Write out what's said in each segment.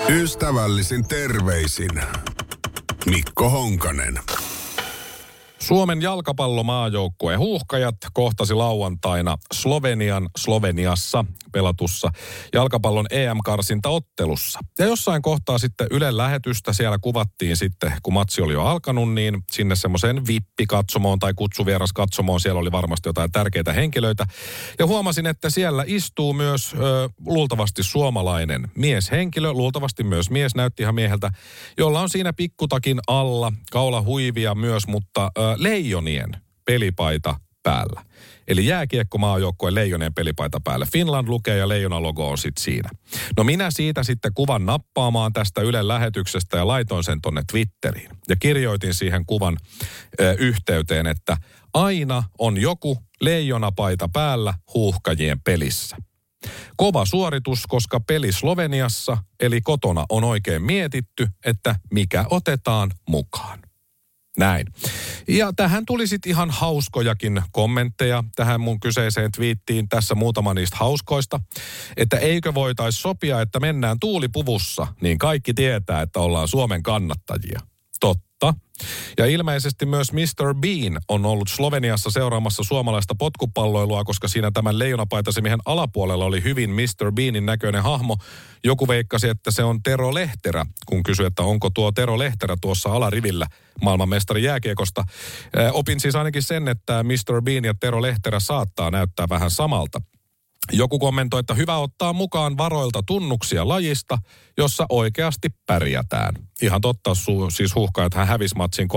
Ystävällisin terveisin Mikko Honkanen. Suomen jalkapallomaajoukkueen huuhkajat kohtasi lauantaina Sloveniassa pelatussa jalkapallon EM-karsintaottelussa. Ja jossain kohtaa sitten Ylen lähetystä siellä kuvattiin sitten, kun matsi oli jo alkanut, niin sinne semmoiseen VIP-katsomoon tai kutsuvieras-katsomoon. Siellä oli varmasti jotain tärkeitä henkilöitä. Ja huomasin, että siellä istuu myös luultavasti suomalainen mieshenkilö, luultavasti myös mies, näytti ihan mieheltä, jolla on siinä pikkutakin alla kaulahuivia myös, mutta leijonien pelipaita päällä. Eli jääkiekkomaajoukkueen leijonien pelipaita päällä. Finland lukee ja leijona-logo on sitten siinä. No minä siitä sitten kuvan nappaamaan tästä Ylen lähetyksestä ja laitoin sen tonne Twitteriin. Ja kirjoitin siihen kuvan yhteyteen, että aina on joku leijonapaita päällä huuhkajien pelissä. Kova suoritus, koska peli Sloveniassa eli kotona on oikein mietitty, että mikä otetaan mukaan. Näin. Ja tähän tuli sitten ihan hauskojakin kommentteja tähän mun kyseiseen twiittiin. Tässä muutama niistä hauskoista. Että eikö voitaisi sopia, että mennään tuulipuvussa, niin kaikki tietää, että ollaan Suomen kannattajia. Totta. Ja ilmeisesti myös Mr. Bean on ollut Sloveniassa seuraamassa suomalaista potkupalloilua, koska siinä tämän leijonapaitasi-miehen alapuolella oli hyvin Mr. Beanin näköinen hahmo. Joku veikkasi, että se on Tero Lehterä, kun kysyi, että onko tuo Tero Lehterä tuossa alarivillä maailmanmestari jääkiekosta. Opin siis ainakin sen, että Mr. Bean ja Tero Lehterä saattaa näyttää vähän samalta. Joku kommentoi, että hyvä ottaa mukaan varoilta tunnuksia lajista, jossa oikeasti pärjätään. Ihan totta, siis huuhkajat hän hävisi matsin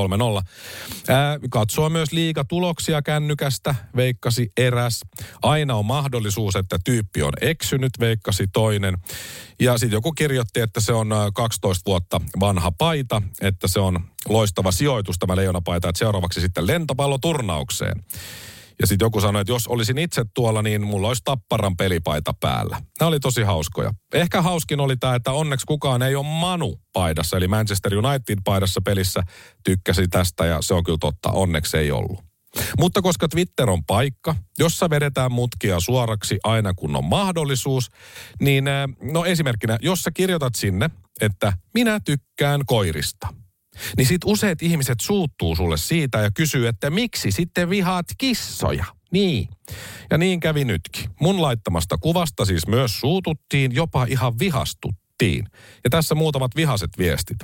3-0. Katsoo myös liigatuloksia kännykästä, veikkasi eräs. Aina on mahdollisuus, että tyyppi on eksynyt, veikkasi toinen. Ja sitten joku kirjoitti, että se on 12 vuotta vanha paita, että se on loistava sijoitus tämä leijonapaita, että seuraavaksi sitten lentopalloturnaukseen. Ja sitten joku sanoi, että jos olisin itse tuolla, niin mulla olisi Tapparan pelipaita päällä. Nämä oli tosi hauskoja. Ehkä hauskin oli tämä, että onneksi kukaan ei ole Manu-paidassa, eli Manchester United-paidassa pelissä. Tykkäsi tästä ja se on kyllä totta, onneksi ei ollut. Mutta koska Twitter on paikka, jossa vedetään mutkia suoraksi aina kun on mahdollisuus, niin no esimerkkinä, jos sä kirjoitat sinne, että minä tykkään koirista. Niin sit useat ihmiset suuttuu sulle siitä ja kysyy, että miksi sitten vihaat kissoja? Niin. Ja niin kävi nytkin. Mun laittamasta kuvasta siis myös suututtiin, jopa ihan vihastuttiin. Ja tässä muutamat vihaset viestit.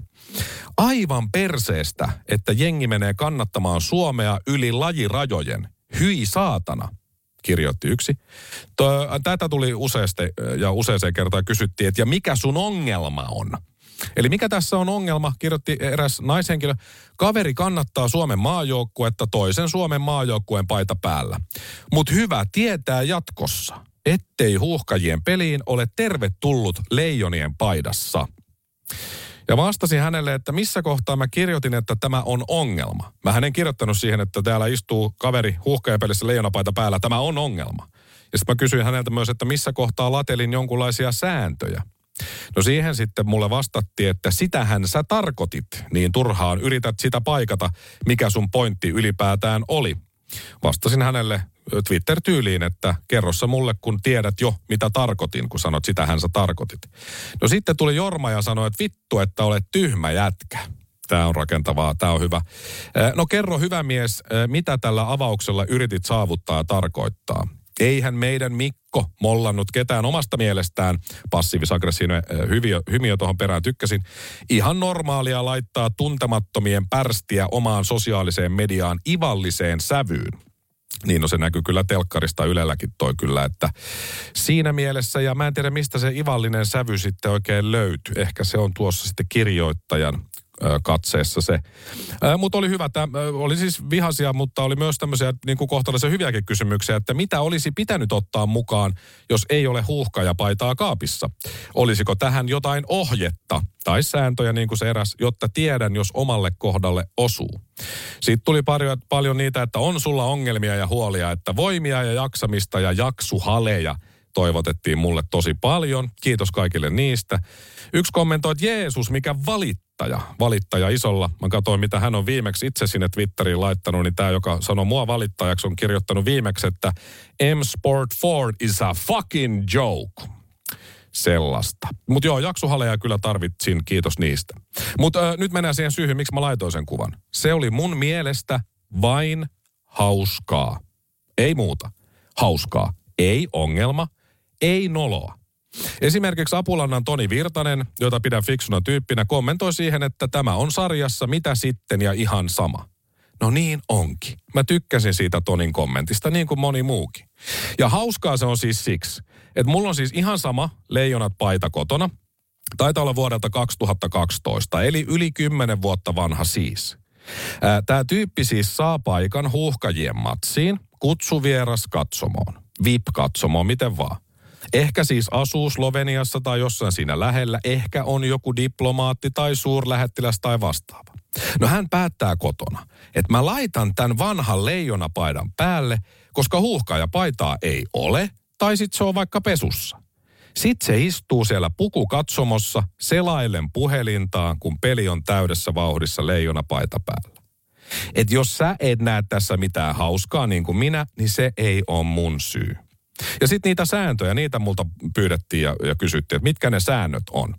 Aivan perseestä, että jengi menee kannattamaan Suomea yli lajirajojen. Hyi saatana, kirjoitti yksi. Tätä tuli useaseen kertaan kysyttiin, että ja mikä sun ongelma on? Eli mikä tässä on ongelma, kirjoitti eräs naishenkilö. Kaveri kannattaa Suomen maajoukkuetta toisen Suomen maajoukkueen paita päällä. Mutta hyvä tietää jatkossa, ettei huuhkajien peliin ole tervetullut leijonien paidassa. Ja vastasin hänelle, että missä kohtaa mä kirjoitin, että tämä on ongelma. Mä en kirjoittanut siihen, että täällä istuu kaveri huuhkajien pelissä leijonapaita päällä. Tämä on ongelma. Ja sitten mä kysyin häneltä myös, että missä kohtaa latelin jonkunlaisia sääntöjä. No siihen sitten mulle vastattiin, että sitähän sä tarkoitit, niin turhaan yrität sitä paikata, mikä sun pointti ylipäätään oli. Vastasin hänelle Twitter-tyyliin, että kerro sä mulle, kun tiedät jo, mitä tarkoitin, kun sanot, sitähän sä tarkoitit. No sitten tuli Jorma ja sanoi, että vittu, että olet tyhmä jätkä. Tämä on rakentavaa, tämä on hyvä. No kerro hyvä mies, mitä tällä avauksella yritit saavuttaa ja tarkoittaa. Eihän meidän Mikko mollannut ketään omasta mielestään. Passiivis-aggressiivinen hymiö tuohon perään tykkäsin. Ihan normaalia laittaa tuntemattomien pärstiä omaan sosiaaliseen mediaan ivalliseen sävyyn. Niin no se näkyy kyllä telkkarista Ylelläkin toi kyllä, että siinä mielessä, ja mä en tiedä mistä se ivallinen sävy sitten oikein löytyy. Ehkä se on tuossa sitten kirjoittajan katseessa se. Mutta oli hyvä, oli siis vihaisia, mutta oli myös tämmöisiä niin kuin kohtalaisen hyviäkin kysymyksiä, että mitä olisi pitänyt ottaa mukaan, jos ei ole huuhkajapaitaa kaapissa. Olisiko tähän jotain ohjetta tai sääntöjä, niin kuin se eräs, jotta tiedän, jos omalle kohdalle osuu. Sitten tuli paljon niitä, että on sulla ongelmia ja huolia, että voimia ja jaksamista ja jaksuhaleja toivotettiin mulle tosi paljon. Kiitos kaikille niistä. Yksi kommentoi, että Jeesus, mikä valittaja isolla. Mä katsoin, mitä hän on viimeksi itse sinne Twitteriin laittanut, niin tämä, joka sanoi mua valittajaksi, on kirjoittanut viimeksi, että M Sport Ford is a fucking joke. sellaista. Mutta joo, jaksuhaleja kyllä tarvitsin, kiitos niistä. Mutta nyt mennään siihen syyhyn, miksi mä laitoin sen kuvan. Se oli mun mielestä vain hauskaa. Ei muuta. Hauskaa. Ei ongelma. Ei noloa. Esimerkiksi Apulannan Toni Virtanen, jota pidän fiksuna tyyppinä, kommentoi siihen, että tämä on sarjassa mitä sitten ja ihan sama. No niin onkin. Mä tykkäsin siitä Tonin kommentista niin kuin moni muukin. Ja hauskaa se on siis siksi, että mulla on siis ihan sama Leijonat paita kotona. Taitaa olla vuodelta 2012, eli yli 10 vuotta vanha siis. Tämä tyyppi siis saa paikan Huuhkajien matsiin, kutsuvieras katsomoon, VIP-katsomoon, miten vaan. Ehkä siis asuu Sloveniassa tai jossain siinä lähellä, ehkä on joku diplomaatti tai suurlähettiläs tai vastaava. No hän päättää kotona, että mä laitan tämän vanhan leijonapaidan päälle, koska huuhkajapaitaa ei ole, tai sitten se on vaikka pesussa. Sitten se istuu siellä pukukatsomossa selaillen puhelintaan, kun peli on täydessä vauhdissa leijonapaita päällä. Et jos sä et näe tässä mitään hauskaa niin kuin minä, niin se ei ole mun syy. Ja sitten niitä sääntöjä, niitä multa pyydettiin ja kysyttiin, että mitkä ne säännöt on.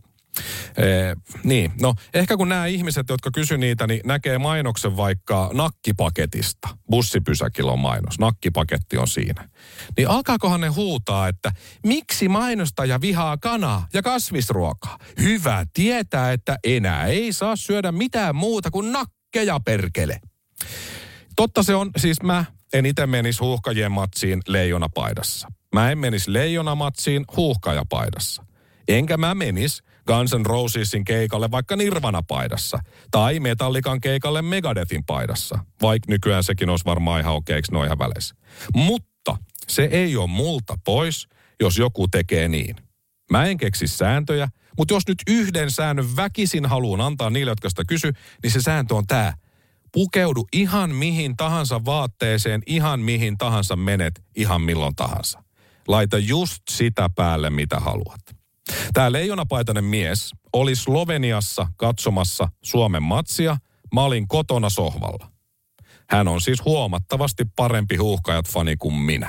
Niin, no ehkä kun nämä ihmiset, jotka kysy niitä, niin näkee mainoksen vaikka nakkipaketista. Bussipysäkillä on mainos, nakkipaketti on siinä. Niin alkaakohan ne huutaa, että miksi mainostaja vihaa kanaa ja kasvisruokaa? Hyvä tietää, että enää ei saa syödä mitään muuta kuin nakkeja perkele. Totta se on, siis mä en itse menisi Huuhkajien matsiin leijonapaidassa. Mä en menisi leijonamatsiin huuhkajapaidassa. Enkä mä menisi Guns N' Rosesin keikalle vaikka Nirvana-paidassa. Tai Metallican keikalle Megadethin paidassa. Vaikka nykyään sekin olisi varmaan ihan okeiksi noihan väleissä. Mutta se ei ole multa pois, jos joku tekee niin. Mä en keksi sääntöjä, mutta jos nyt yhden säännön väkisin haluan antaa niille, jotka sitä kysy, niin se sääntö on tää. Pukeudu ihan mihin tahansa vaatteeseen, ihan mihin tahansa menet, ihan milloin tahansa. Laita just sitä päälle, mitä haluat. Tämä leijonapaitainen mies oli Sloveniassa katsomassa Suomen matsia. Mä olin kotona sohvalla. Hän on siis huomattavasti parempi Huuhkajat-fani kuin minä.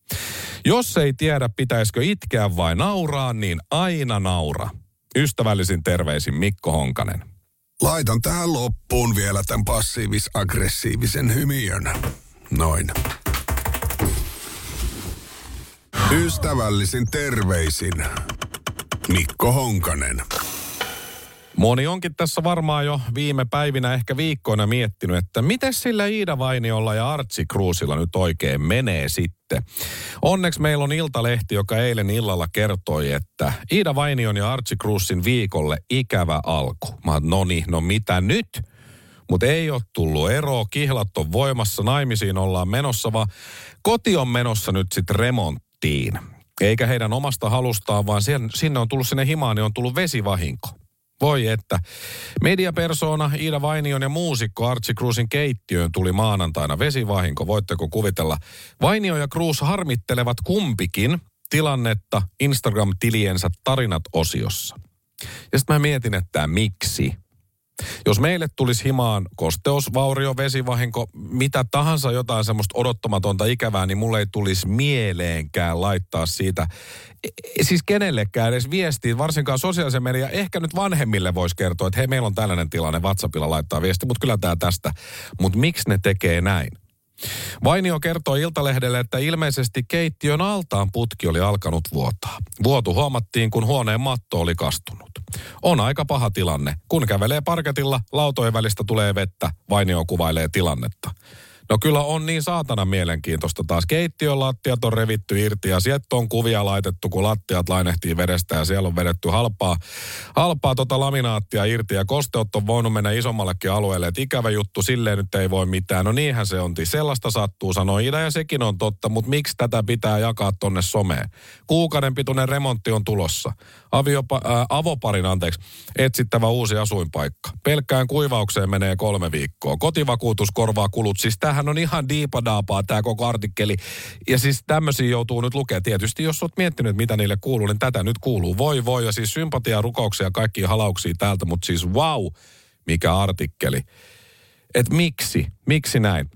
Jos ei tiedä, pitäisikö itkeä vai nauraa, niin aina naura. Ystävällisin terveisin Mikko Honkanen. Laitan tähän loppuun vielä tämän passiivis-aggressiivisen hymiön. Noin. Ystävällisin terveisin Mikko Honkanen. Moni onkin tässä varmaan jo viime päivinä, ehkä viikkoina miettinyt, että miten sillä Iida Vainiolla ja Archie Cruzilla nyt oikein menee sitten. Onneksi meillä on Iltalehti, joka eilen illalla kertoi, että Iida Vainion ja Archie Cruzin viikolle ikävä alku. Mä oon, no mitä nyt? Mutta ei ole tullut eroa, kihlat on voimassa, naimisiin ollaan menossa, vaan koti on menossa nyt sitten remonttiin. Eikä heidän omasta halustaan, vaan sinne on tullut sinne himaan, niin on tullut vesivahinko. Voi että. Mediapersona Iida Vainion ja muusikko Archie Cruzin keittiöön tuli maanantaina vesivahinko. Voitteko kuvitella? Vainio ja Cruz harmittelevat kumpikin tilannetta Instagram-tiliensä tarinat-osiossa. Ja sitten mä mietin, että miksi? Jos meille tulisi himaan kosteusvaurio, vesivahinko, mitä tahansa jotain semmoista odottamatonta ikävää, niin mulle ei tulisi mieleenkään laittaa siitä, siis kenellekään edes viestiä, varsinkaan sosiaalisen median, ehkä nyt vanhemmille voisi kertoa, että hei, meillä on tällainen tilanne, WhatsAppilla laittaa viesti, mutta kyllä tämä tästä. Mutta miksi ne tekee näin? Vainio kertoi Iltalehdelle, että ilmeisesti keittiön altaan putki oli alkanut vuotaa. Vuotu huomattiin, kun huoneen matto oli kastunut. On aika paha tilanne. Kun kävelee parketilla, lautojen välistä tulee vettä, Vainio kuvailee tilannetta. No kyllä on niin saatana mielenkiintoista taas. Keittiön lattiat on revitty irti ja sieltä on kuvia laitettu, kun lattiat lainehtii vedestä ja siellä on vedetty halpaa laminaattia irti ja kosteut on voinut mennä isommallekin alueelle. Että ikävä juttu, silleen nyt ei voi mitään. No niinhän se on. Sellaista sattuu, sanoi Ida ja sekin on totta, mutta miksi tätä pitää jakaa tonne someen? Kuukauden pituinen remontti on tulossa. Avoparin etsittävä uusi asuinpaikka. Pelkkään kuivaukseen menee 3 viikkoa. Kotivakuutus korvaa kulut. Siis tämähän on ihan diipadaapaa tämä koko artikkeli. Ja siis tämmöisiä joutuu nyt lukemaan. Tietysti jos olet miettinyt, mitä niille kuuluu, niin tätä nyt kuuluu. Voi. Ja siis sympatia, rukouksia ja kaikkia halauksia täältä. Mutta siis mikä artikkeli. Että miksi näin?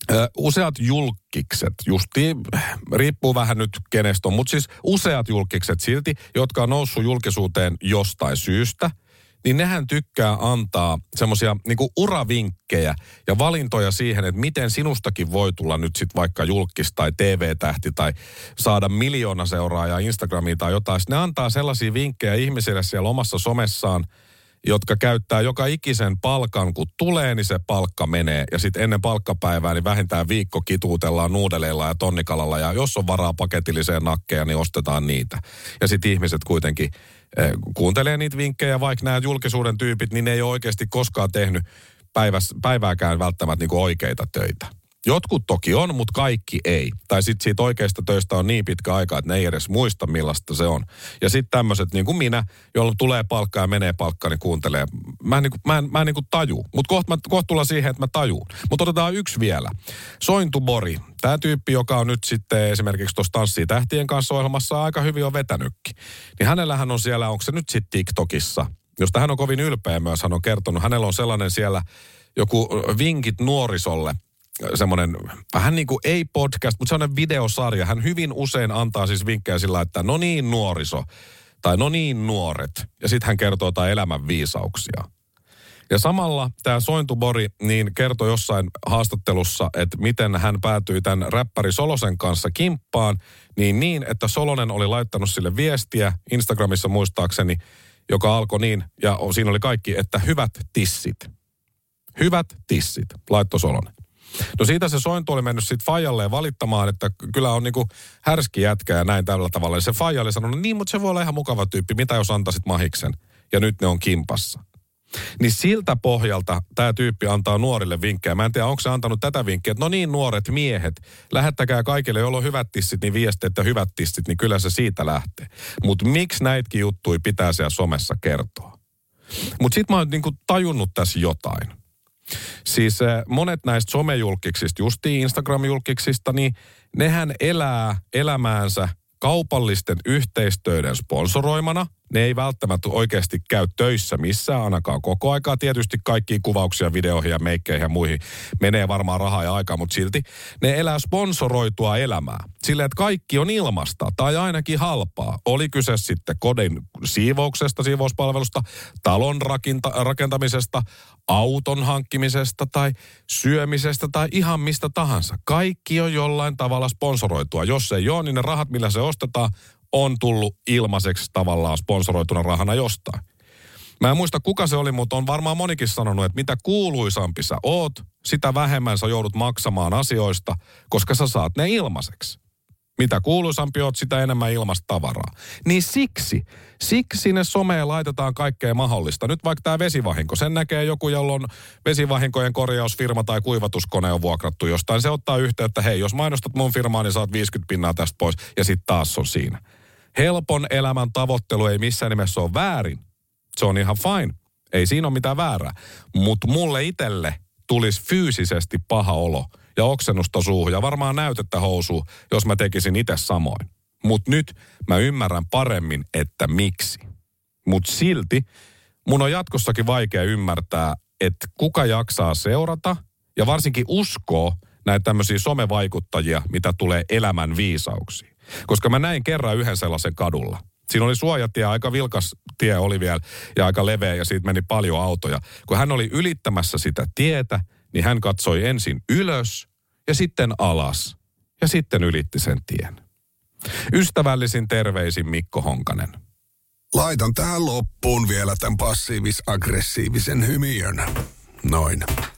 Useat julkikset, justiin, riippuu vähän nyt kenestä on, mutta siis useat julkikset silti, jotka on noussut julkisuuteen jostain syystä, niin nehän tykkää antaa semmoisia niinku uravinkkejä ja valintoja siihen, että miten sinustakin voi tulla nyt sitten vaikka julkis tai TV-tähti tai saada 1 miljoona seuraajaa Instagramiin tai jotain. Sitten ne antaa sellaisia vinkkejä ihmisille siellä omassa somessaan, jotka käyttää joka ikisen palkan, kun tulee, niin se palkka menee. Ja sitten ennen palkkapäivää, niin vähintään viikko kituutellaan nuudeleilla ja tonnikalalla. Ja jos on varaa paketilliseen nakkeja, niin ostetaan niitä. Ja sitten ihmiset kuitenkin kuuntelee niitä vinkkejä, vaikka nämä julkisuuden tyypit, niin ne ei ole oikeasti koskaan tehnyt päivääkään välttämättä niinku oikeita töitä. Jotkut toki on, mutta kaikki ei. Tai sitten siitä oikeista töistä on niin pitkä aika, että ne ei edes muista, millaista se on. Ja sitten tämmöiset niin kuin minä, jolla tulee palkka ja menee palkka, niin kuuntelee. Mä en niin kuin taju. Mutta kohta tullaan siihen, että mä tajuun. Mutta otetaan yksi vielä. Sointu Bori. Tämä tyyppi, joka on nyt sitten esimerkiksi tuossa Tanssii tähtien kanssa -ohjelmassa aika hyvin on vetänytkin. Niin hänellähän on siellä, onko se nyt sitten TikTokissa, josta hän on kovin ylpeä myös, hän on kertonut. Hänellä on sellainen siellä joku vinkit nuorisolle. Semmoinen vähän niin kuin ei podcast, mutta sellainen videosarja. Hän hyvin usein antaa siis vinkkejä sillä, että no niin nuoriso tai no niin nuoret. Ja sitten hän kertoo jotain elämän viisauksia. Ja samalla tämä Sointu Bori niin kertoi jossain haastattelussa, että miten hän päätyi tämän räppäri Solosen kanssa kimppaan. Niin, että Solonen oli laittanut sille viestiä Instagramissa muistaakseni, joka alkoi niin, ja siinä oli kaikki, että hyvät tissit. Hyvät tissit, laittoi Solonen. No siitä se Sointu oli mennyt sitten Fajalleen valittamaan, että kyllä on niinku härski jätkä ja näin tällä tavalla. Ja se Faija oli sanonut, niin mutta se voi olla ihan mukava tyyppi, mitä jos antaisit mahiksen. Ja nyt ne on kimpassa. Niin siltä pohjalta tämä tyyppi antaa nuorille vinkkejä. Mä en tiedä, onko se antanut tätä vinkkiä, että no niin nuoret miehet, lähettäkää kaikille, joilla on hyvät tissit, niin viesti, että hyvät tissit, niin kyllä se siitä lähtee. Mutta miksi näitäkin juttuja pitää siellä somessa kertoa? Mutta sitten mä oon niinku tajunnut tässä jotain. Siis monet näistä somejulkiksista, justiin Instagram-julkiksista, niin nehän elää elämäänsä kaupallisten yhteistöiden sponsoroimana. Ne ei välttämättä oikeasti käy töissä missään ainakaan koko aikaa. Tietysti kaikkiin kuvauksia, videoihin ja meikkeihin ja muihin menee varmaan rahaa ja aikaa, mutta silti ne elää sponsoroitua elämää. Silleen, että kaikki on ilmasta tai ainakin halpaa. Oli kyse sitten kodin siivouksesta, siivouspalvelusta, talon rakentamisesta, auton hankkimisesta tai syömisestä tai ihan mistä tahansa. Kaikki on jollain tavalla sponsoroitua. Jos ei ole, niin ne rahat, millä se ostetaan, on tullut ilmaiseksi tavallaan sponsoroituna rahana jostain. Mä en muista kuka se oli, mutta on varmaan monikin sanonut, että mitä kuuluisampi sä oot, sitä vähemmän sä joudut maksamaan asioista, koska sä saat ne ilmaiseksi. Mitä kuuluisampi oot, sitä enemmän ilmasta tavaraa. Niin siksi sinne someen laitetaan kaikkea mahdollista. Nyt vaikka tämä vesivahinko, sen näkee joku, jolla on vesivahinkojen korjausfirma tai kuivatuskone on vuokrattu jostain. Se ottaa yhteyttä, hei, jos mainostat mun firmaa, niin saat 50 pinnaa tästä pois ja sitten taas on siinä. Helpon elämän tavoittelu ei missään nimessä ole väärin. Se on ihan fine. Ei siinä ole mitään väärää. Mutta mulle itselle tulisi fyysisesti paha olo ja oksennusta suuhun ja varmaan näytettä housuun, jos mä tekisin itse samoin. Mutta nyt mä ymmärrän paremmin, että miksi. Mutta silti mun on jatkossakin vaikea ymmärtää, että kuka jaksaa seurata ja varsinkin uskoo näitä tämmöisiä somevaikuttajia, mitä tulee elämän viisauksiin. Koska mä näin kerran yhden sellaisen kadulla. Siinä oli suojatie, aika vilkas tie oli vielä ja aika leveä ja siitä meni paljon autoja. Kun hän oli ylittämässä sitä tietä, niin hän katsoi ensin ylös ja sitten alas ja sitten ylitti sen tien. Ystävällisin terveisin Mikko Honkanen. Laitan tähän loppuun vielä tämän passiivis-aggressiivisen hymiön. Noin.